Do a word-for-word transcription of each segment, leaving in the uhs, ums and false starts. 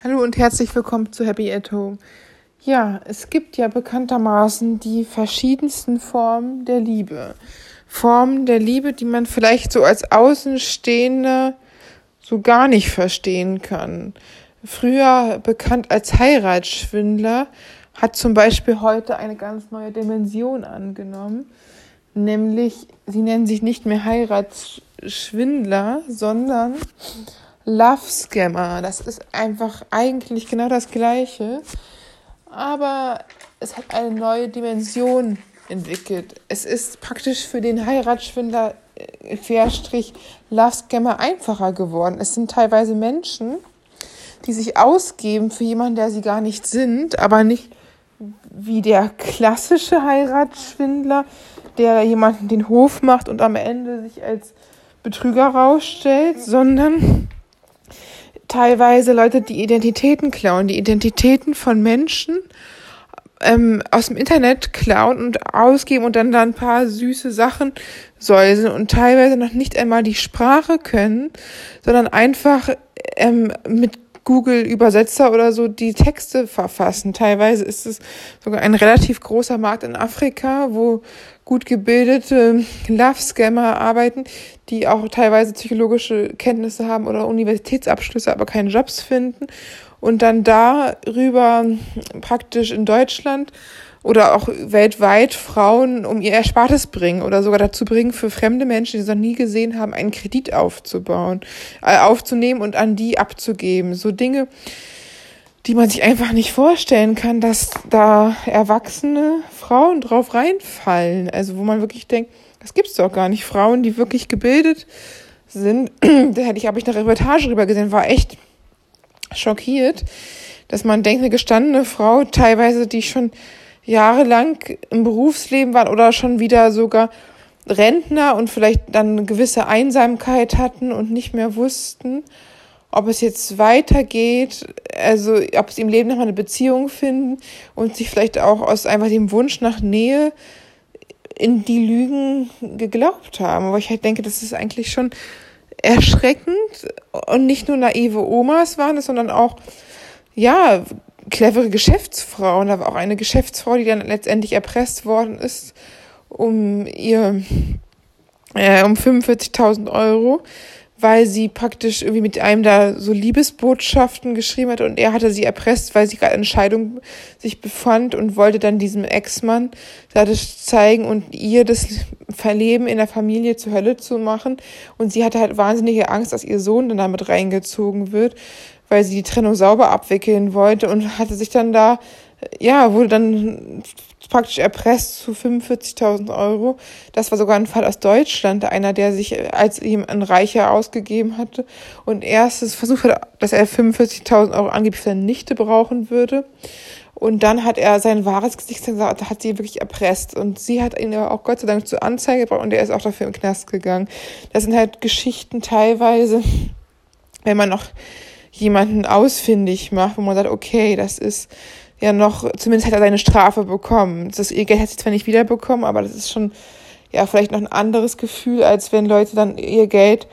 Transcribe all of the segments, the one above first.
Hallo und herzlich willkommen zu Happy at Home. Ja, es gibt ja bekanntermaßen die verschiedensten Formen der Liebe. Formen der Liebe, die man vielleicht so als Außenstehender so gar nicht verstehen kann. Früher bekannt als Heiratsschwindler, hat zum Beispiel heute eine ganz neue Dimension angenommen. Nämlich, sie nennen sich nicht mehr Heiratsschwindler, sondern Love Scammer. Das ist einfach eigentlich genau das Gleiche, aber es hat eine neue Dimension entwickelt. Es ist praktisch für den Heiratsschwindler Querstrich Love Scammer einfacher geworden. Es sind teilweise Menschen, die sich ausgeben für jemanden, der sie gar nicht sind, aber nicht wie der klassische Heiratsschwindler, der jemanden den Hof macht und am Ende sich als Betrüger rausstellt, sondern teilweise Leute, die Identitäten klauen, die Identitäten von Menschen ähm, aus dem Internet klauen und ausgeben und dann da ein paar süße Sachen säuseln und teilweise noch nicht einmal die Sprache können, sondern einfach ähm, mit Google-Übersetzer oder so die Texte verfassen. Teilweise ist es sogar ein relativ großer Markt in Afrika, wo gut gebildete Love-Scammer arbeiten, die auch teilweise psychologische Kenntnisse haben oder Universitätsabschlüsse, aber keine Jobs finden und dann darüber praktisch in Deutschland oder auch weltweit Frauen um ihr Erspartes bringen oder sogar dazu bringen, für fremde Menschen, die sie noch nie gesehen haben, einen Kredit aufzubauen, äh, aufzunehmen und an die abzugeben. So Dinge, die man sich einfach nicht vorstellen kann, dass da erwachsene Frauen drauf reinfallen. Also wo man wirklich denkt, das gibt's doch gar nicht. Frauen, die wirklich gebildet sind, da hätte ich, habe ich eine Reportage drüber gesehen, war echt schockiert, dass man denkt, eine gestandene Frau, teilweise die schon jahrelang im Berufsleben waren oder schon wieder sogar Rentner und vielleicht dann eine gewisse Einsamkeit hatten und nicht mehr wussten, ob es jetzt weitergeht, also ob sie im Leben nochmal eine Beziehung finden und sich vielleicht auch aus einfach dem Wunsch nach Nähe in die Lügen geglaubt haben. Aber ich halt denke, das ist eigentlich schon erschreckend und nicht nur naive Omas waren es, sondern auch, ja, clevere Geschäftsfrauen. Da war auch eine Geschäftsfrau, die dann letztendlich erpresst worden ist, um ihr, äh, um fünfundvierzigtausend Euro, weil sie praktisch irgendwie mit einem da so Liebesbotschaften geschrieben hat und er hatte sie erpresst, weil sie gerade in Scheidung sich befand und wollte dann diesem Ex-Mann das zeigen und ihr das Verleben in der Familie zur Hölle zu machen. Und sie hatte halt wahnsinnige Angst, dass ihr Sohn dann damit reingezogen wird, weil sie die Trennung sauber abwickeln wollte und hatte sich dann da, ja, wurde dann praktisch erpresst zu fünfundvierzigtausend Euro. Das war sogar ein Fall aus Deutschland, einer, der sich als ihm ein Reicher ausgegeben hatte und erstes versucht hat, dass er fünfundvierzigtausend Euro angeblich für seine Nichte brauchen würde. Und dann hat er sein wahres Gesicht gesagt, hat sie wirklich erpresst. Und sie hat ihn ja auch Gott sei Dank zur Anzeige gebracht und er ist auch dafür im Knast gegangen. Das sind halt Geschichten teilweise, wenn man noch jemanden ausfindig macht, wo man sagt, okay, das ist ja noch, zumindest hat er seine Strafe bekommen. Das ihr Geld hat sie zwar nicht wiederbekommen, aber das ist schon ja vielleicht noch ein anderes Gefühl, als wenn Leute dann ihr Geld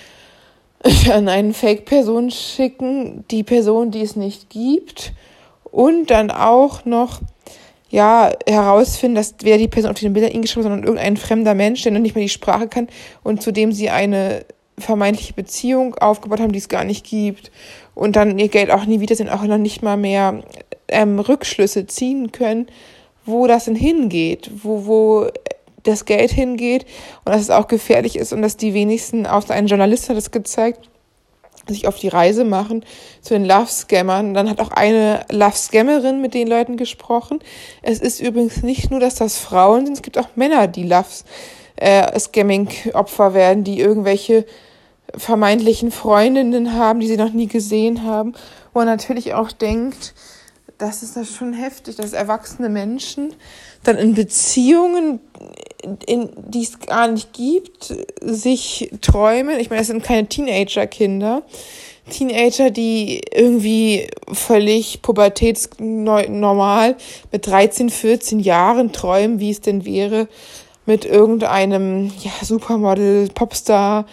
an eine Fake-Person schicken, die Person, die es nicht gibt, und dann auch noch ja herausfinden, dass weder die Person auf den Bildern eingeschrieben, sondern irgendein fremder Mensch, der noch nicht mehr die Sprache kann und zu dem sie eine vermeintliche Beziehung aufgebaut haben, die es gar nicht gibt und dann ihr Geld auch nie wiedersehen, auch noch nicht mal mehr ähm, Rückschlüsse ziehen können, wo das denn hingeht, wo, wo das Geld hingeht und dass es auch gefährlich ist und dass die wenigsten, außer ein Journalist hat es gezeigt, sich auf die Reise machen zu den Love-Scammern. Dann hat auch eine Love-Scammerin mit den Leuten gesprochen. Es ist übrigens nicht nur, dass das Frauen sind, es gibt auch Männer, die Love-Scamming-Opfer werden, die irgendwelche vermeintlichen Freundinnen haben, die sie noch nie gesehen haben, wo man natürlich auch denkt, das ist das schon heftig, dass erwachsene Menschen dann in Beziehungen, in, die es gar nicht gibt, sich träumen. Ich meine, das sind keine Teenager-Kinder. Teenager, die irgendwie völlig pubertätsnormal mit dreizehn, vierzehn Jahren träumen, wie es denn wäre, mit irgendeinem ja, Supermodel, Popstar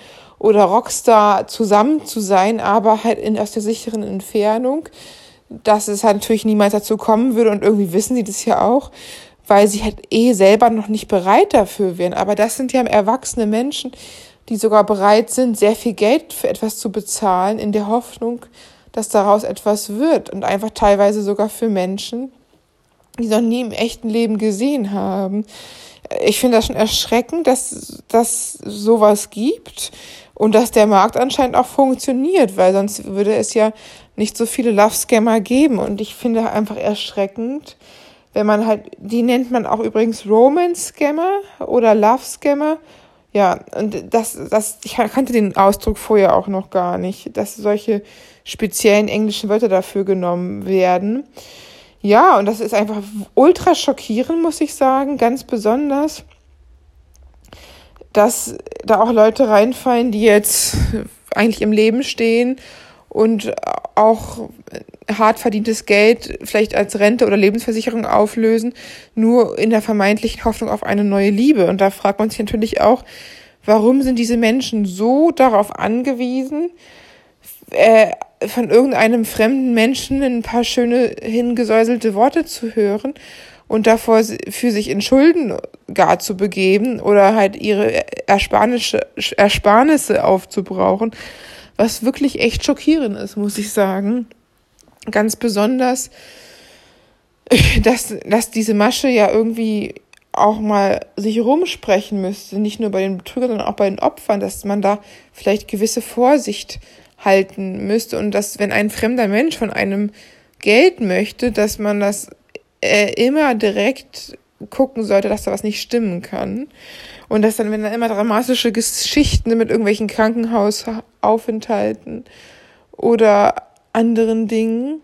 oder Rockstar zusammen zu sein, aber halt in, aus der sicheren Entfernung, dass es halt natürlich niemals dazu kommen würde und irgendwie wissen sie das ja auch, weil sie halt eh selber noch nicht bereit dafür wären. Aber das sind ja erwachsene Menschen, die sogar bereit sind, sehr viel Geld für etwas zu bezahlen, in der Hoffnung, dass daraus etwas wird. Und einfach teilweise sogar für Menschen, die noch nie im echten Leben gesehen haben. Ich finde das schon erschreckend, dass das sowas gibt und dass der Markt anscheinend auch funktioniert, weil sonst würde es ja nicht so viele Love-Scammer geben. Und ich finde einfach erschreckend, wenn man halt, die nennt man auch übrigens Romance-Scammer oder Love-Scammer. Ja, und das, das, ich kannte den Ausdruck vorher auch noch gar nicht, dass solche speziellen englischen Wörter dafür genommen werden. Ja, und das ist einfach ultra schockierend, muss ich sagen, ganz besonders, dass da auch Leute reinfallen, die jetzt eigentlich im Leben stehen und auch hart verdientes Geld vielleicht als Rente oder Lebensversicherung auflösen, nur in der vermeintlichen Hoffnung auf eine neue Liebe. Und da fragt man sich natürlich auch, warum sind diese Menschen so darauf angewiesen, äh, von irgendeinem fremden Menschen ein paar schöne hingesäuselte Worte zu hören und davor für sich in Schulden gar zu begeben oder halt ihre Ersparnisse, Ersparnisse aufzubrauchen, was wirklich echt schockierend ist, muss ich sagen. Ganz besonders, dass, dass diese Masche ja irgendwie auch mal sich rumsprechen müsste, nicht nur bei den Betrügern, sondern auch bei den Opfern, dass man da vielleicht gewisse Vorsicht halten müsste und dass, wenn ein fremder Mensch von einem Geld möchte, dass man das äh, immer direkt gucken sollte, dass da was nicht stimmen kann. Und dass dann, wenn da immer dramatische Geschichten mit irgendwelchen Krankenhausaufenthalten oder anderen Dingen,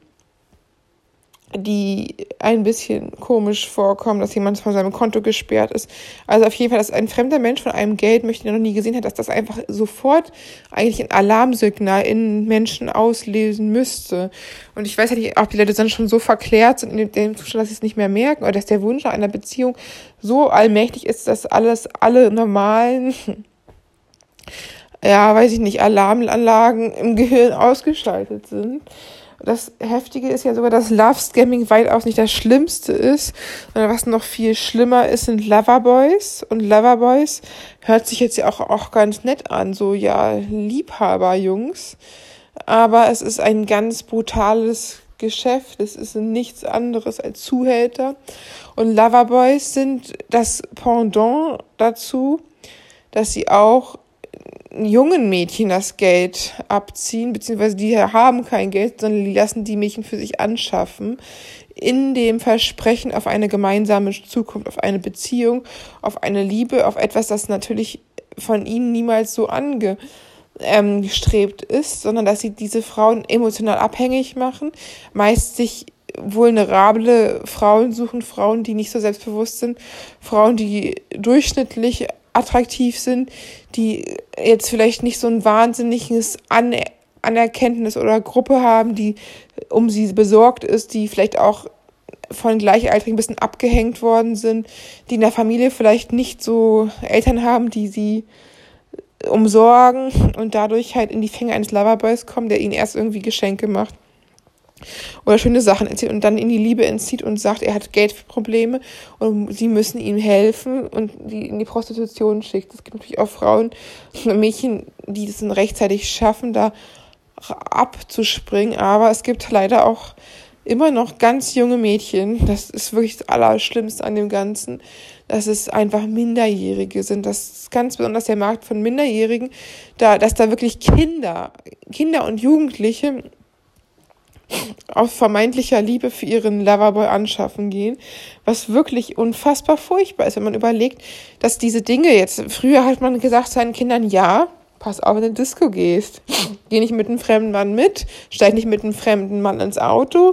die ein bisschen komisch vorkommen, dass jemand von seinem Konto gesperrt ist. Also auf jeden Fall, dass ein fremder Mensch von einem Geld möchte, den er noch nie gesehen hat, dass das einfach sofort eigentlich ein Alarmsignal in Menschen auslösen müsste. Und ich weiß ja nicht, ob die Leute dann schon so verklärt sind in dem Zustand, dass sie es nicht mehr merken, oder dass der Wunsch nach einer Beziehung so allmächtig ist, dass alles, alle normalen, ja, weiß ich nicht, Alarmanlagen im Gehirn ausgeschaltet sind. Das Heftige ist ja sogar, dass Love-Scamming weitaus nicht das Schlimmste ist, sondern was noch viel schlimmer ist, sind Loverboys. Und Loverboys hört sich jetzt ja auch, auch ganz nett an, so ja, Liebhaberjungs. Aber es ist ein ganz brutales Geschäft. Es ist nichts anderes als Zuhälter. Und Loverboys sind das Pendant dazu, dass sie auch jungen Mädchen das Geld abziehen, beziehungsweise die haben kein Geld, sondern die lassen die Mädchen für sich anschaffen, in dem Versprechen auf eine gemeinsame Zukunft, auf eine Beziehung, auf eine Liebe, auf etwas, das natürlich von ihnen niemals so angestrebt ist, sondern dass sie diese Frauen emotional abhängig machen, meist sich vulnerable Frauen suchen, Frauen, die nicht so selbstbewusst sind, Frauen, die durchschnittlich attraktiv sind, die jetzt vielleicht nicht so ein wahnsinniges An- Anerkenntnis oder Gruppe haben, die um sie besorgt ist, die vielleicht auch von Gleichaltrigen ein bisschen abgehängt worden sind, die in der Familie vielleicht nicht so Eltern haben, die sie umsorgen und dadurch halt in die Fänge eines Loverboys kommen, der ihnen erst irgendwie Geschenke macht oder schöne Sachen erzählt und dann in die Liebe entzieht und sagt, er hat Geldprobleme und sie müssen ihm helfen und die in die Prostitution schickt. Es gibt natürlich auch Frauen, Mädchen, die es dann rechtzeitig schaffen, da abzuspringen, aber es gibt leider auch immer noch ganz junge Mädchen, das ist wirklich das Allerschlimmste an dem Ganzen, dass es einfach Minderjährige sind. Das ist ganz besonders der Markt von Minderjährigen, da, dass da wirklich Kinder, Kinder und Jugendliche auf vermeintlicher Liebe für ihren Loverboy anschaffen gehen, was wirklich unfassbar furchtbar ist, wenn man überlegt, dass diese Dinge jetzt, früher hat man gesagt seinen Kindern, ja, pass auf, wenn du in die Disco gehst, geh nicht mit einem fremden Mann mit, steig nicht mit einem fremden Mann ins Auto,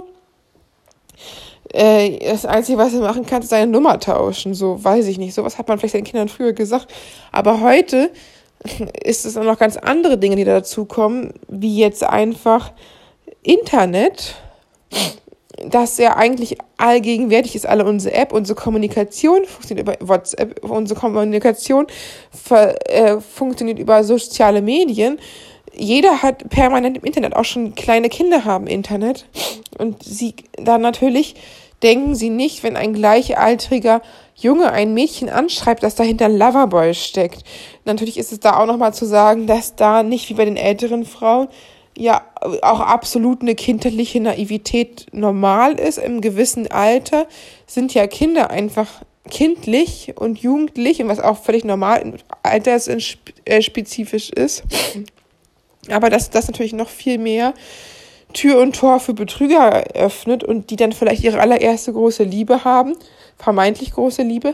äh, das Einzige, was du machen kannst, ist deine Nummer tauschen, so, weiß ich nicht, sowas hat man vielleicht seinen Kindern früher gesagt, aber heute ist es auch noch ganz andere Dinge, die dazukommen, wie jetzt einfach Internet, dass er eigentlich allgegenwärtig ist. Alle unsere App, unsere Kommunikation funktioniert über WhatsApp, unsere Kommunikation ver, äh, funktioniert über soziale Medien. Jeder hat permanent im Internet, auch schon kleine Kinder haben Internet. Und sie dann natürlich denken sie nicht, wenn ein gleichaltriger Junge ein Mädchen anschreibt, dass dahinter ein Loverboy steckt. Natürlich ist es da auch nochmal zu sagen, dass da nicht wie bei den älteren Frauen ja auch absolut eine kindliche Naivität normal ist. Im gewissen Alter sind ja Kinder einfach kindlich und jugendlich, und was auch völlig normal altersspezifisch ist. Aber dass das natürlich noch viel mehr Tür und Tor für Betrüger eröffnet und die dann vielleicht ihre allererste große Liebe haben, vermeintlich große Liebe,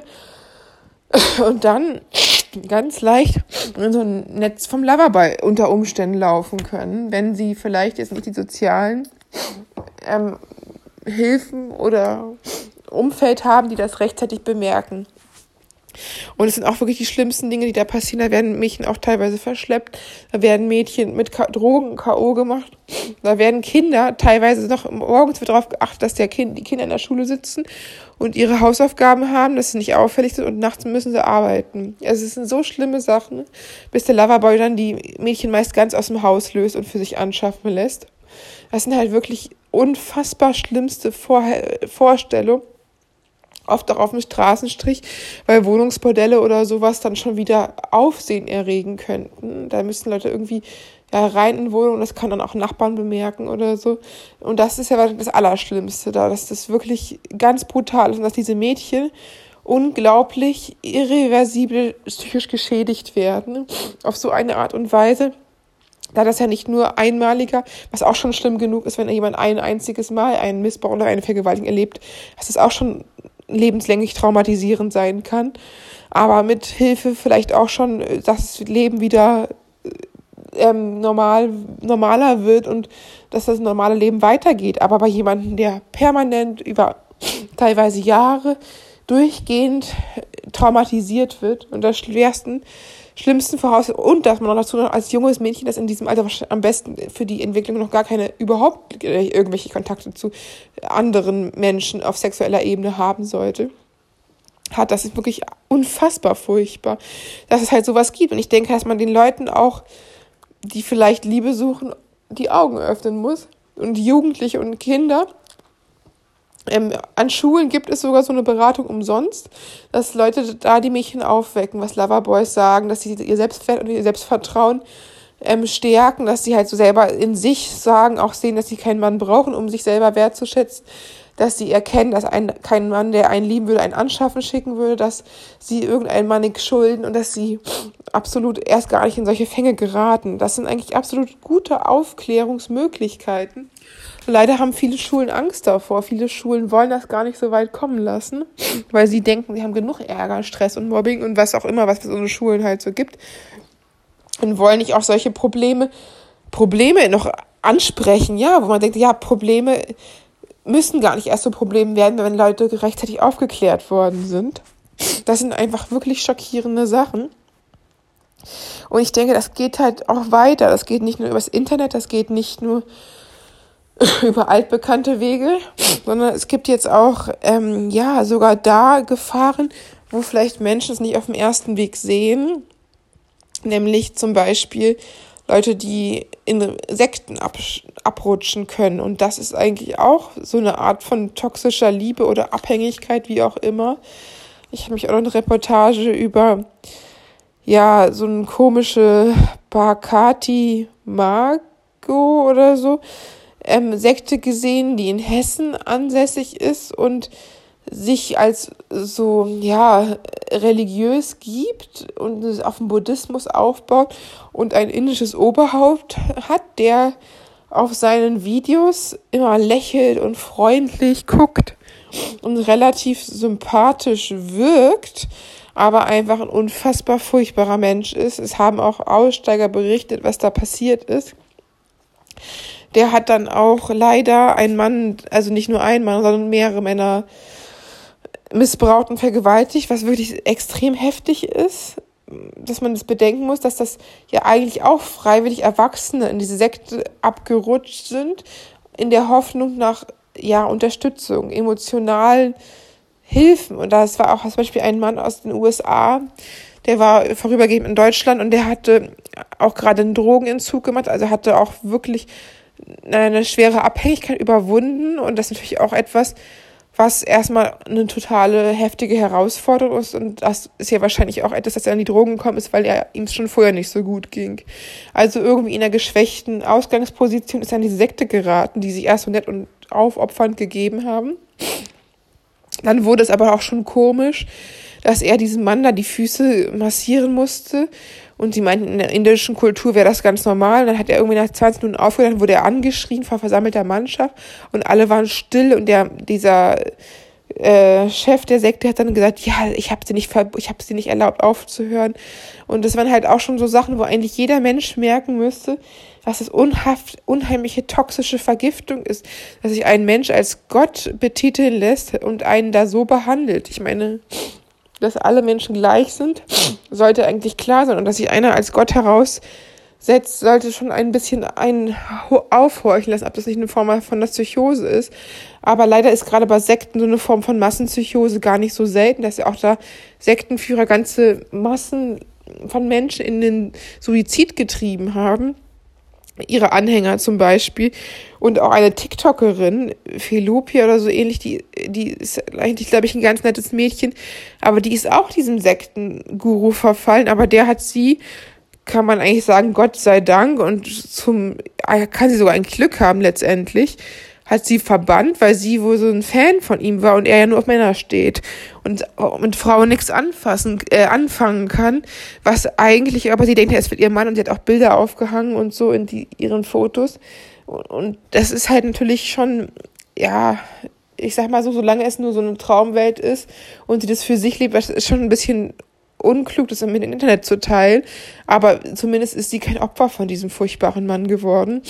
und dann ganz leicht in so ein Netz vom Loverboy unter Umständen laufen können, wenn sie vielleicht jetzt nicht die sozialen ähm, Hilfen oder Umfeld haben, die das rechtzeitig bemerken. Und es sind auch wirklich die schlimmsten Dinge, die da passieren. Da werden Mädchen auch teilweise verschleppt. Da werden Mädchen mit K- Drogen K O gemacht. Da werden Kinder teilweise noch morgens wird darauf geachtet, dass der kind, die Kinder in der Schule sitzen und ihre Hausaufgaben haben, dass sie nicht auffällig sind, und nachts müssen sie arbeiten. Also es sind so schlimme Sachen, bis der Loverboy dann die Mädchen meist ganz aus dem Haus löst und für sich anschaffen lässt. Das sind halt wirklich unfassbar schlimmste Vor- Vorstellungen. Oft auch auf dem Straßenstrich, weil Wohnungsbordelle oder sowas dann schon wieder Aufsehen erregen könnten. Da müssen Leute irgendwie ja, rein in Wohnungen, das kann dann auch Nachbarn bemerken oder so. Und das ist ja das Allerschlimmste da, dass das wirklich ganz brutal ist und dass diese Mädchen unglaublich irreversibel psychisch geschädigt werden auf so eine Art und Weise, da das ja nicht nur einmaliger, was auch schon schlimm genug ist, wenn jemand ein einziges Mal einen Missbrauch oder eine Vergewaltigung erlebt, dass es auch schon lebenslänglich traumatisierend sein kann, aber mit Hilfe vielleicht auch schon, dass das Leben wieder ähm, normal normaler wird und dass das normale Leben weitergeht. Aber bei jemandem, der permanent über teilweise Jahre durchgehend traumatisiert wird und das schwersten, schlimmsten Voraussetzungen, und dass man noch dazu noch als junges Mädchen, das in diesem Alter am besten für die Entwicklung noch gar keine, überhaupt irgendwelche Kontakte zu anderen Menschen auf sexueller Ebene haben sollte, hat, das ist wirklich unfassbar furchtbar, dass es halt sowas gibt. Und ich denke, dass man den Leuten auch, die vielleicht Liebe suchen, die Augen öffnen muss. Und Jugendliche und Kinder. Ähm, an Schulen gibt es sogar so eine Beratung umsonst, dass Leute da die Mädchen aufwecken, was Loverboys sagen, dass sie ihr Selbstwert und ihr Selbstvertrauen ähm, stärken, dass sie halt so selber in sich sagen, auch sehen, dass sie keinen Mann brauchen, um sich selber wertzuschätzen, dass sie erkennen, dass ein, kein Mann, der einen lieben würde, einen anschaffen schicken würde, dass sie irgendeinen Mann nichts schulden und dass sie absolut erst gar nicht in solche Fänge geraten. Das sind eigentlich absolut gute Aufklärungsmöglichkeiten. Leider haben viele Schulen Angst davor. Viele Schulen wollen das gar nicht so weit kommen lassen, weil sie denken, sie haben genug Ärger, Stress und Mobbing und was auch immer, was es in Schulen halt so gibt. Und wollen nicht auch solche Probleme, Probleme noch ansprechen, ja, wo man denkt, ja, Probleme müssen gar nicht erst so Probleme werden, wenn Leute rechtzeitig aufgeklärt worden sind. Das sind einfach wirklich schockierende Sachen. Und ich denke, das geht halt auch weiter. Das geht nicht nur übers Internet, das geht nicht nur über altbekannte Wege, sondern es gibt jetzt auch, ähm, ja, sogar da Gefahren, wo vielleicht Menschen es nicht auf dem ersten Weg sehen, nämlich zum Beispiel Leute, die in Sekten ab, abrutschen können. Und das ist eigentlich auch so eine Art von toxischer Liebe oder Abhängigkeit, wie auch immer. Ich habe mich auch noch eine Reportage über, ja, so eine komische Bhakti Margo oder so, Ähm, Sekte gesehen, die in Hessen ansässig ist und sich als so, ja, religiös gibt und auf den Buddhismus aufbaut und ein indisches Oberhaupt hat, der auf seinen Videos immer lächelt und freundlich guckt und relativ sympathisch wirkt, aber einfach ein unfassbar furchtbarer Mensch ist. Es haben auch Aussteiger berichtet, was da passiert ist. Der hat dann auch leider einen Mann, also nicht nur einen Mann, sondern mehrere Männer missbraucht und vergewaltigt, was wirklich extrem heftig ist, dass man das bedenken muss, dass das ja eigentlich auch freiwillig Erwachsene in diese Sekte abgerutscht sind, in der Hoffnung, nach ja, Unterstützung, emotionalen Hilfen. Und das war auch zum Beispiel ein Mann aus den U S A, der war vorübergehend in Deutschland und der hatte auch gerade einen Drogenentzug gemacht, also hatte auch wirklich eine schwere Abhängigkeit überwunden und das ist natürlich auch etwas, was erstmal eine totale heftige Herausforderung ist und das ist ja wahrscheinlich auch etwas, dass er an die Drogen gekommen ist, weil er ihm schon vorher nicht so gut ging. Also irgendwie in einer geschwächten Ausgangsposition ist er in diese Sekte geraten, die sich erst so nett und aufopfernd gegeben haben. Dann wurde es aber auch schon komisch, dass er diesem Mann da die Füße massieren musste. Und sie meinten, in der indischen Kultur wäre das ganz normal. Und dann hat er irgendwie nach zwanzig Minuten aufgehört, dann wurde er angeschrien vor versammelter Mannschaft. Und alle waren still. Und der dieser äh, Chef der Sekte hat dann gesagt, ja, ich habe sie nicht verb- ich habe sie nicht erlaubt aufzuhören. Und das waren halt auch schon so Sachen, wo eigentlich jeder Mensch merken müsste, was das unhaft, unheimliche toxische Vergiftung ist, dass sich ein Mensch als Gott betiteln lässt und einen da so behandelt. Ich meine, dass alle Menschen gleich sind, sollte eigentlich klar sein. Und dass sich einer als Gott heraussetzt, sollte schon ein bisschen einen aufhorchen lassen, ob das nicht eine Form von der Psychose ist. Aber leider ist gerade bei Sekten so eine Form von Massenpsychose gar nicht so selten, dass ja auch da Sektenführer ganze Massen von Menschen in den Suizid getrieben haben. Ihre Anhänger zum Beispiel. Und auch eine TikTokerin, Felopia oder so ähnlich, die, die ist eigentlich, glaube ich, ein ganz nettes Mädchen, aber die ist auch diesem Sektenguru verfallen, aber der hat sie, kann man eigentlich sagen, Gott sei Dank und zum, kann sie sogar ein Glück haben letztendlich, hat sie verbannt, weil sie wohl so ein Fan von ihm war und er ja nur auf Männer steht und mit Frauen nichts anfassen, äh, anfangen kann, was eigentlich, aber sie denkt, er ist mit ihrem Mann und sie hat auch Bilder aufgehangen und so in die, ihren Fotos und, und das ist halt natürlich schon, ja, ich sag mal so, solange es nur so eine Traumwelt ist und sie das für sich lebt, das ist schon ein bisschen unklug, das mit dem Internet zu teilen, aber zumindest ist sie kein Opfer von diesem furchtbaren Mann geworden.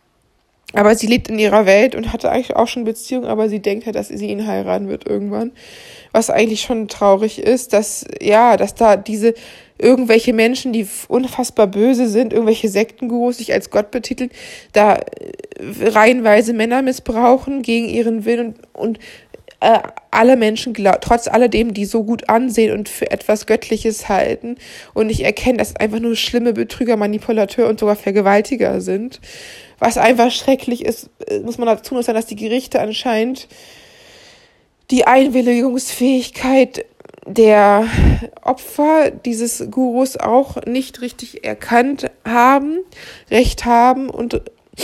Aber sie lebt in ihrer Welt und hatte eigentlich auch schon Beziehung, aber sie denkt halt, dass sie ihn heiraten wird irgendwann. Was eigentlich schon traurig ist, dass, ja, dass da diese irgendwelche Menschen, die unfassbar böse sind, irgendwelche Sektengurus sich als Gott betiteln, da reihenweise Männer missbrauchen gegen ihren Willen und, und äh, alle Menschen, glaub, trotz alledem, die so gut ansehen und für etwas Göttliches halten und nicht erkennen, dass es einfach nur schlimme Betrüger, Manipulateur und sogar Vergewaltiger sind. Was einfach schrecklich ist, muss man dazu noch sagen, dass die Gerichte anscheinend die Einwilligungsfähigkeit der Opfer dieses Gurus auch nicht richtig erkannt haben, Recht haben und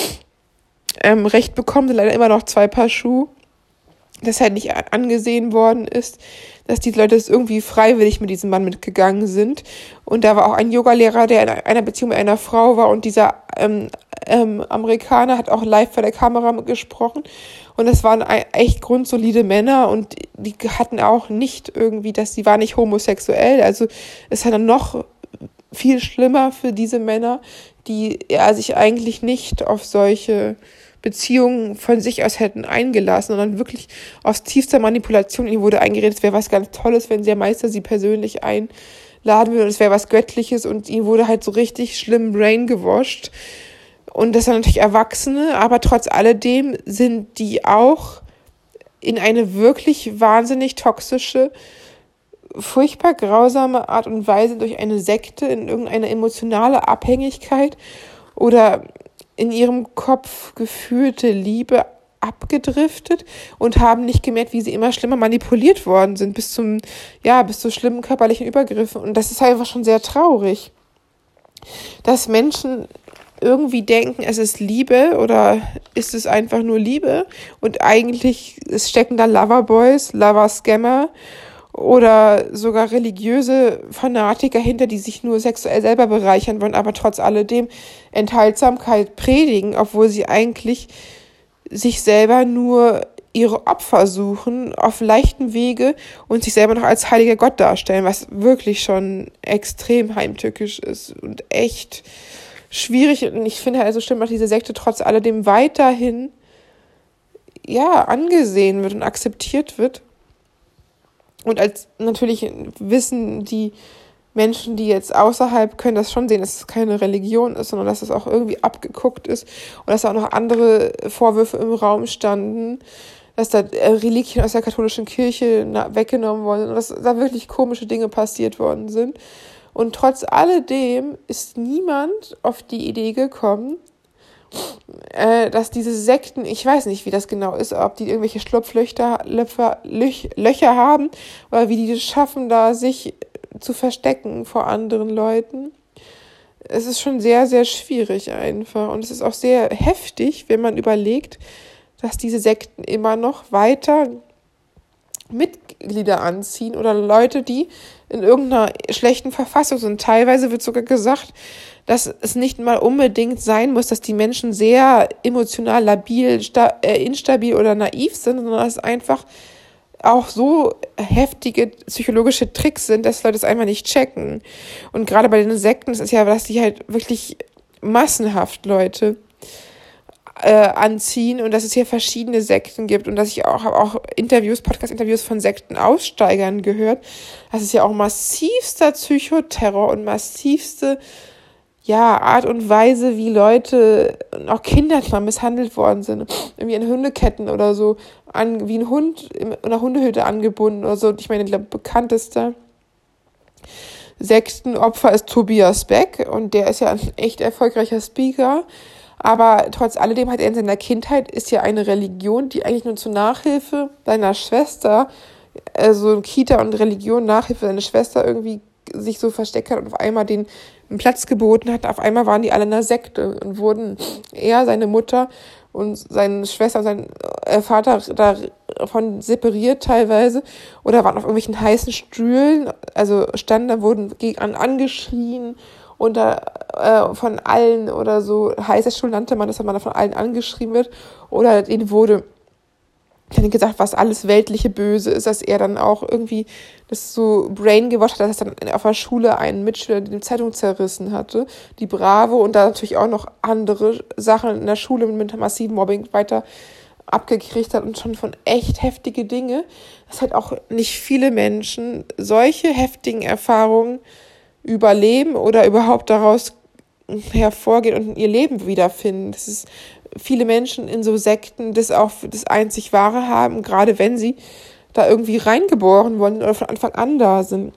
ähm, Recht bekommen, sind leider immer noch zwei Paar Schuhe, das halt nicht angesehen worden ist, dass die Leute es irgendwie freiwillig mit diesem Mann mitgegangen sind. Und da war auch ein Yogalehrer, der in einer Beziehung mit einer Frau war und dieser ähm, ähm, Amerikaner hat auch live vor der Kamera gesprochen und das waren echt grundsolide Männer und die hatten auch nicht irgendwie, dass sie war nicht homosexuell, also es ist dann noch viel schlimmer für diese Männer, die ja sich eigentlich nicht auf solche Beziehungen von sich aus hätten eingelassen, sondern wirklich aus tiefster Manipulation. Ihnen wurde eingeredet, es wäre was ganz Tolles, wenn der Meister sie persönlich einladen würde und es wäre was Göttliches und ihnen wurde halt so richtig schlimm brain gewasht. Und das sind natürlich Erwachsene, aber trotz alledem sind die auch in eine wirklich wahnsinnig toxische, furchtbar grausame Art und Weise durch eine Sekte in irgendeine emotionale Abhängigkeit oder in ihrem Kopf gefühlte Liebe abgedriftet und haben nicht gemerkt, wie sie immer schlimmer manipuliert worden sind, bis zum, ja, bis zu schlimmen körperlichen Übergriffen. Und das ist einfach schon sehr traurig, dass Menschen irgendwie denken, es ist Liebe oder ist es einfach nur Liebe und eigentlich es stecken da Loverboys, Lover-Scammer oder sogar religiöse Fanatiker hinter, die sich nur sexuell selber bereichern wollen, aber trotz alledem Enthaltsamkeit predigen, obwohl sie eigentlich sich selber nur ihre Opfer suchen auf leichtem Wege und sich selber noch als heiliger Gott darstellen, was wirklich schon extrem heimtückisch ist und echt schwierig. Und ich finde also stimmt, dass diese Sekte trotz alledem weiterhin ja angesehen wird und akzeptiert wird. Und als natürlich wissen die Menschen, die jetzt außerhalb können das schon sehen, dass es keine Religion ist, sondern dass es auch irgendwie abgeguckt ist und dass da auch noch andere Vorwürfe im Raum standen, dass da Reliquien aus der katholischen Kirche weggenommen worden sind und dass da wirklich komische Dinge passiert worden sind. Und trotz alledem ist niemand auf die Idee gekommen, äh, dass diese Sekten, ich weiß nicht, wie das genau ist, ob die irgendwelche Schlupflöcher Löcher, Löcher haben oder wie die das schaffen, da sich zu verstecken vor anderen Leuten. Es ist schon sehr, sehr schwierig einfach. Und es ist auch sehr heftig, wenn man überlegt, dass diese Sekten immer noch weiter Mitglieder anziehen oder Leute, die in irgendeiner schlechten Verfassung sind. Teilweise wird sogar gesagt, dass es nicht mal unbedingt sein muss, dass die Menschen sehr emotional labil, sta- äh, instabil oder naiv sind, sondern dass es einfach auch so heftige psychologische Tricks sind, dass Leute es einfach nicht checken. Und gerade bei den Sekten ist es ja, dass die halt wirklich massenhaft Leute äh, anziehen und dass es hier verschiedene Sekten gibt und dass ich auch habe auch Interviews, Podcast-Interviews von Sektenaussteigern gehört. Das ist ja auch massivster Psychoterror und massivste ja, Art und Weise, wie Leute, auch Kinder misshandelt worden sind, irgendwie in Hundeketten oder so, an, wie ein Hund in einer Hundehütte angebunden oder so. Ich meine, der bekannteste Sektenopfer ist Tobias Beck und der ist ja ein echt erfolgreicher Speaker, aber trotz alledem hat er in seiner Kindheit, ist ja eine Religion, die eigentlich nur zur Nachhilfe seiner Schwester, also Kita und Religion, Nachhilfe seiner Schwester irgendwie sich so versteckt hat und auf einmal den einen Platz geboten hat. Auf einmal waren die alle in einer Sekte und wurden er, seine Mutter und seine Schwester und sein Vater davon separiert teilweise oder waren auf irgendwelchen heißen Stühlen, also standen da, wurden an, angeschrien und da äh, von allen oder so, heißer Stuhl nannte man, dass man da von allen angeschrien wird oder denen wurde dann gesagt, was alles weltliche Böse ist, dass er dann auch irgendwie das so brainwashed hat, dass er dann auf der Schule einen Mitschüler die Zeitung zerrissen hatte, die Bravo, und da natürlich auch noch andere Sachen in der Schule mit massivem Mobbing weiter abgekriegt hat und schon von echt heftige Dinge, dass halt auch nicht viele Menschen solche heftigen Erfahrungen überleben oder überhaupt daraus hervorgehen und ihr Leben wiederfinden. Das ist viele Menschen in so Sekten das auch das einzig Wahre haben, gerade wenn sie da irgendwie reingeboren wurden oder von Anfang an da sind.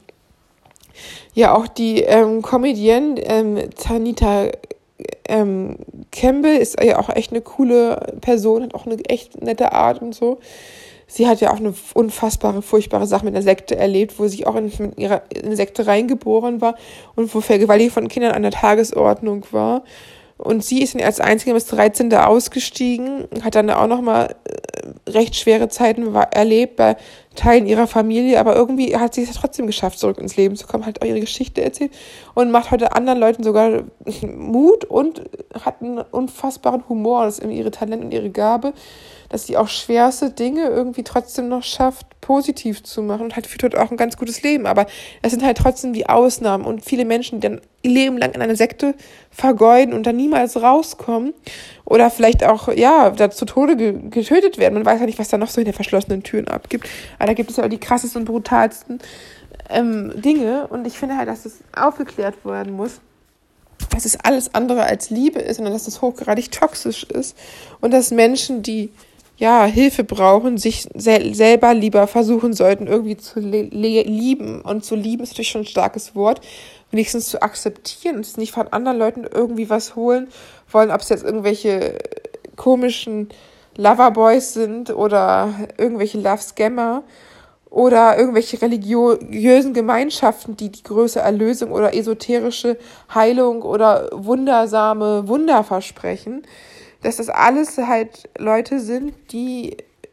Ja, auch die ähm, Comedienne ähm, Tanita ähm, Campbell ist ja auch echt eine coole Person, hat auch eine echt nette Art und so. Sie hat ja auch eine unfassbare, furchtbare Sache mit einer Sekte erlebt, wo sie auch in, in ihrer in eine Sekte reingeboren war und wo Vergewaltigung von Kindern an der Tagesordnung war. Und sie ist als einzige bis dreizehn da ausgestiegen, hat dann auch nochmal recht schwere Zeiten erlebt bei Teilen ihrer Familie, aber irgendwie hat sie es trotzdem geschafft, zurück ins Leben zu kommen, hat auch ihre Geschichte erzählt und macht heute anderen Leuten sogar Mut und hat einen unfassbaren Humor. Das ist irgendwie ihre Talent und ihre Gabe, dass sie auch schwerste Dinge irgendwie trotzdem noch schafft, positiv zu machen und hat führt heute auch ein ganz gutes Leben. Aber es sind halt trotzdem die Ausnahmen und viele Menschen, die dann ihr Leben lang in einer Sekte vergeuden und dann niemals rauskommen oder vielleicht auch, ja, da zu Tode ge- getötet werden. Man weiß ja nicht, was da noch so hinter verschlossenen Türen abgibt. Aber da gibt es ja auch die krassesten und brutalsten ähm, Dinge und ich finde halt, dass das aufgeklärt werden muss, dass es alles andere als Liebe ist, sondern dass es hochgradig toxisch ist und dass Menschen, die ja Hilfe brauchen, sich sel- selber lieber versuchen sollten, irgendwie zu le- le- lieben. Und zu lieben ist natürlich schon ein starkes Wort, wenigstens zu akzeptieren und nicht von anderen Leuten irgendwie was holen wollen, ob es jetzt irgendwelche komischen Loverboys sind oder irgendwelche Love-Scammer oder irgendwelche religiösen Gemeinschaften, die die größte Erlösung oder esoterische Heilung oder wundersame Wunder versprechen, dass das alles halt Leute sind, die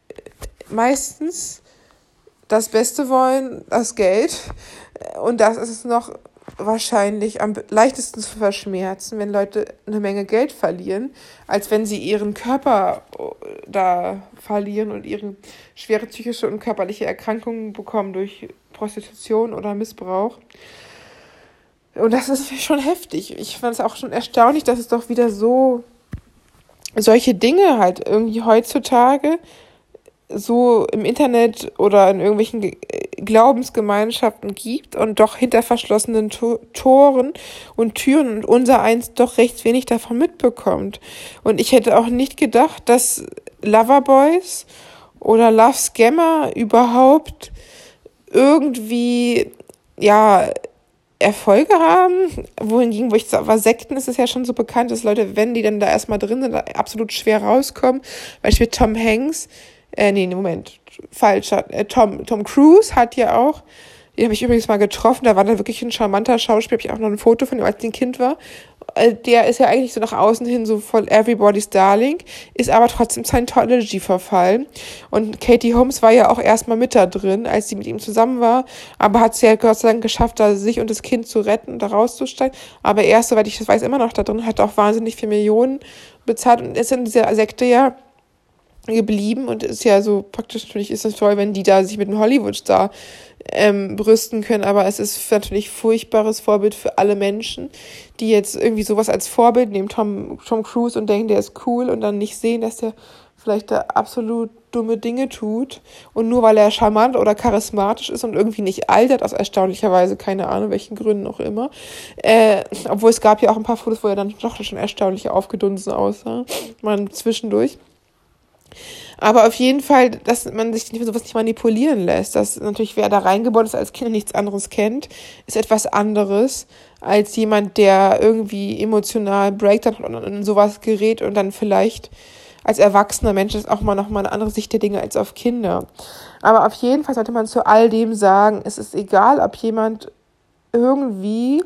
meistens das Beste wollen, das Geld, und das ist es noch wahrscheinlich am leichtesten zu verschmerzen, wenn Leute eine Menge Geld verlieren, als wenn sie ihren Körper da verlieren und ihre schwere psychische und körperliche Erkrankungen bekommen durch Prostitution oder Missbrauch. Und das ist schon heftig. Ich fand es auch schon erstaunlich, dass es doch wieder so solche Dinge halt irgendwie heutzutage so im Internet oder in irgendwelchen Ge- Glaubensgemeinschaften gibt und doch hinter verschlossenen To- Toren und Türen und unser eins doch recht wenig davon mitbekommt. Und ich hätte auch nicht gedacht, dass Loverboys oder Love Scammer überhaupt irgendwie, ja, Erfolge haben, wohingegen, wo ich sage, aber Sekten ist es ja schon so bekannt, dass Leute, wenn die dann da erstmal drin sind, da absolut schwer rauskommen. Beispiel Tom Hanks, äh, nee, nee, Moment, falscher, äh, Tom, Tom Cruise hat ja auch, den habe ich übrigens mal getroffen, da war da wirklich ein charmanter Schauspieler, habe ich auch noch ein Foto von ihm, als ich ein Kind war. Äh, Der ist ja eigentlich so nach außen hin so voll Everybody's Darling, ist aber trotzdem Scientology verfallen. Und Katie Holmes war ja auch erstmal mit da drin, als sie mit ihm zusammen war, aber hat sie halt Gott sei Dank geschafft, da sich und das Kind zu retten und da rauszusteigen. Aber er ist, soweit ich das weiß, immer noch da drin, hat auch wahnsinnig viel Millionen bezahlt und ist in dieser Sekte ja geblieben und ist ja so praktisch, natürlich ist es toll, wenn die da sich mit einem Hollywood-Star ähm, brüsten können, aber es ist natürlich furchtbares Vorbild für alle Menschen, die jetzt irgendwie sowas als Vorbild nehmen, Tom, Tom Cruise, und denken, der ist cool und dann nicht sehen, dass der vielleicht da absolut dumme Dinge tut und nur weil er charmant oder charismatisch ist und irgendwie nicht altert, aus erstaunlicherweise, keine Ahnung, welchen Gründen auch immer, äh, obwohl es gab ja auch ein paar Fotos, wo er dann doch schon erstaunlich aufgedunsen aussah, mal zwischendurch. Aber auf jeden Fall, dass man sich nicht, sowas nicht manipulieren lässt, dass natürlich wer da reingeboren ist als Kind und nichts anderes kennt, ist etwas anderes als jemand, der irgendwie emotional breakt und in sowas gerät und dann vielleicht als erwachsener Mensch ist auch mal nochmal eine andere Sicht der Dinge als auf Kinder. Aber auf jeden Fall sollte man zu all dem sagen, es ist egal, ob jemand irgendwie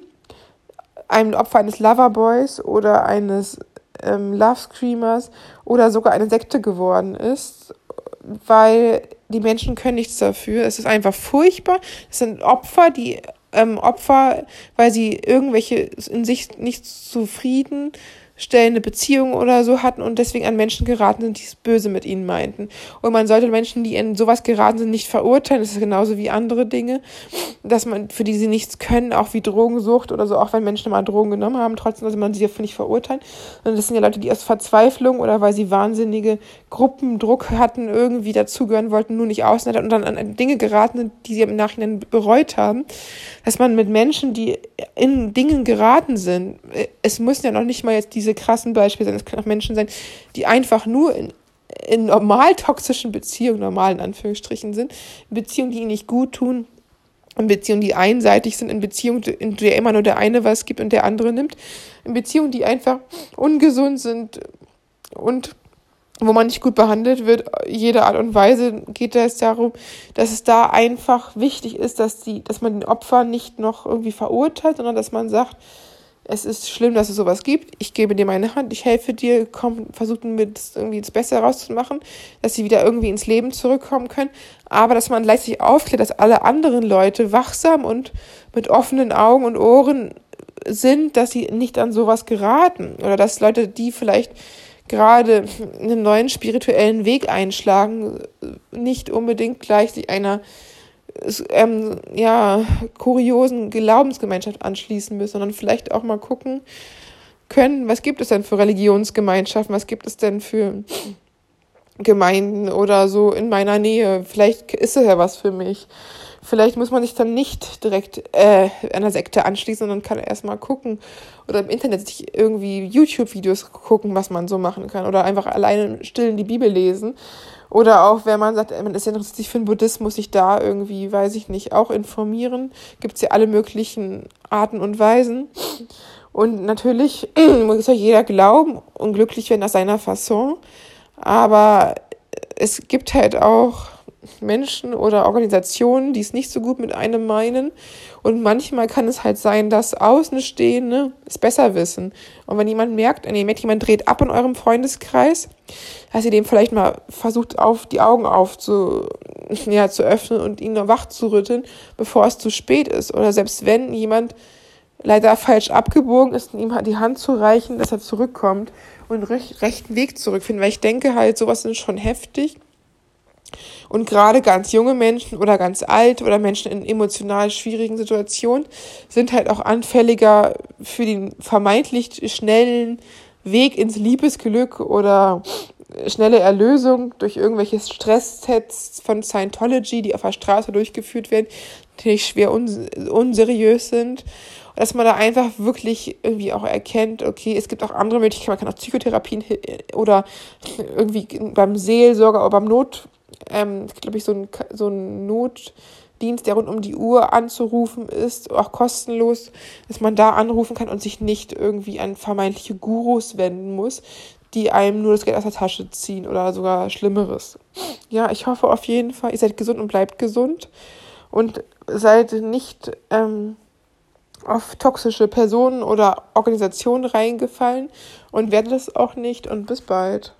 ein Opfer eines Loverboys oder eines ähm, Love Screamers oder sogar eine Sekte geworden ist, weil die Menschen können nichts dafür. Es ist einfach furchtbar. Es sind Opfer, die ähm, Opfer, weil sie irgendwelche in sich nicht zufrieden stellende Beziehungen oder so hatten und deswegen an Menschen geraten sind, die es böse mit ihnen meinten. Und man sollte Menschen, die in sowas geraten sind, nicht verurteilen. Das ist genauso wie andere Dinge, dass man, für die sie nichts können, auch wie Drogensucht oder so, auch wenn Menschen mal Drogen genommen haben, trotzdem sollte man sie dafür nicht verurteilen. Sondern das sind ja Leute, die aus Verzweiflung oder weil sie wahnsinnige Gruppendruck hatten, irgendwie dazugehören wollten, nur nicht außen und dann an Dinge geraten sind, die sie im Nachhinein bereut haben. Dass man mit Menschen, die in Dingen geraten sind, es müssen ja noch nicht mal jetzt diese krassen Beispiele sein, es können auch Menschen sein, die einfach nur in, in normal toxischen Beziehungen, normal in Anführungsstrichen sind, in Beziehungen, die ihnen nicht gut tun, in Beziehungen, die einseitig sind, in Beziehungen, in der immer nur der eine was gibt und der andere nimmt, in Beziehungen, die einfach ungesund sind und wo man nicht gut behandelt wird, jede Art und Weise, geht es darum, dass es da einfach wichtig ist, dass die, dass man den Opfer nicht noch irgendwie verurteilt, sondern dass man sagt, es ist schlimm, dass es sowas gibt, ich gebe dir meine Hand, ich helfe dir, komm, versuchen wir das irgendwie das Beste herauszumachen, dass sie wieder irgendwie ins Leben zurückkommen können, aber dass man gleichzeitig aufklärt, dass alle anderen Leute wachsam und mit offenen Augen und Ohren sind, dass sie nicht an sowas geraten oder dass Leute, die vielleicht gerade einen neuen spirituellen Weg einschlagen, nicht unbedingt gleich sich einer ähm, ja, kuriosen Glaubensgemeinschaft anschließen müssen, sondern vielleicht auch mal gucken können, was gibt es denn für Religionsgemeinschaften, was gibt es denn für Gemeinden oder so in meiner Nähe, vielleicht ist das ja was für mich. Vielleicht muss man sich dann nicht direkt äh, einer Sekte anschließen, sondern kann erstmal gucken oder im Internet sich irgendwie YouTube-Videos gucken, was man so machen kann oder einfach alleine still in die Bibel lesen. Oder auch, wenn man sagt, man ist ja interessiert sich für den Buddhismus, sich da irgendwie, weiß ich nicht, auch informieren. Gibt es ja alle möglichen Arten und Weisen. Und natürlich muss ja jeder glauben und glücklich werden nach seiner Fasson. Aber es gibt halt auch Menschen oder Organisationen, die es nicht so gut mit einem meinen. Und manchmal kann es halt sein, dass Außenstehende es besser wissen. Und wenn jemand merkt, nee, jemand dreht ab in eurem Freundeskreis, dass ihr dem vielleicht mal versucht, auf die Augen aufzu, ja, zu öffnen und ihn wach zu rütteln, bevor es zu spät ist. Oder selbst wenn jemand leider falsch abgebogen ist, ihm die Hand zu reichen, dass er zurückkommt und den rechten Weg zurückfindet. Weil ich denke halt, sowas ist schon heftig. Und gerade ganz junge Menschen oder ganz alt oder Menschen in emotional schwierigen Situationen sind halt auch anfälliger für den vermeintlich schnellen Weg ins Liebesglück oder schnelle Erlösung durch irgendwelche Stresstests von Scientology, die auf der Straße durchgeführt werden, die nicht schwer uns- unseriös sind. Und dass man da einfach wirklich irgendwie auch erkennt, okay, es gibt auch andere Möglichkeiten, man kann auch Psychotherapien hi- oder irgendwie beim Seelsorger oder beim Not, ähm, glaube ich, so ein, so ein Notdienst, der rund um die Uhr anzurufen ist, auch kostenlos, dass man da anrufen kann und sich nicht irgendwie an vermeintliche Gurus wenden muss, die einem nur das Geld aus der Tasche ziehen oder sogar Schlimmeres. Ja, ich hoffe auf jeden Fall, ihr seid gesund und bleibt gesund und seid nicht ähm, auf toxische Personen oder Organisationen reingefallen und werdet es auch nicht und bis bald.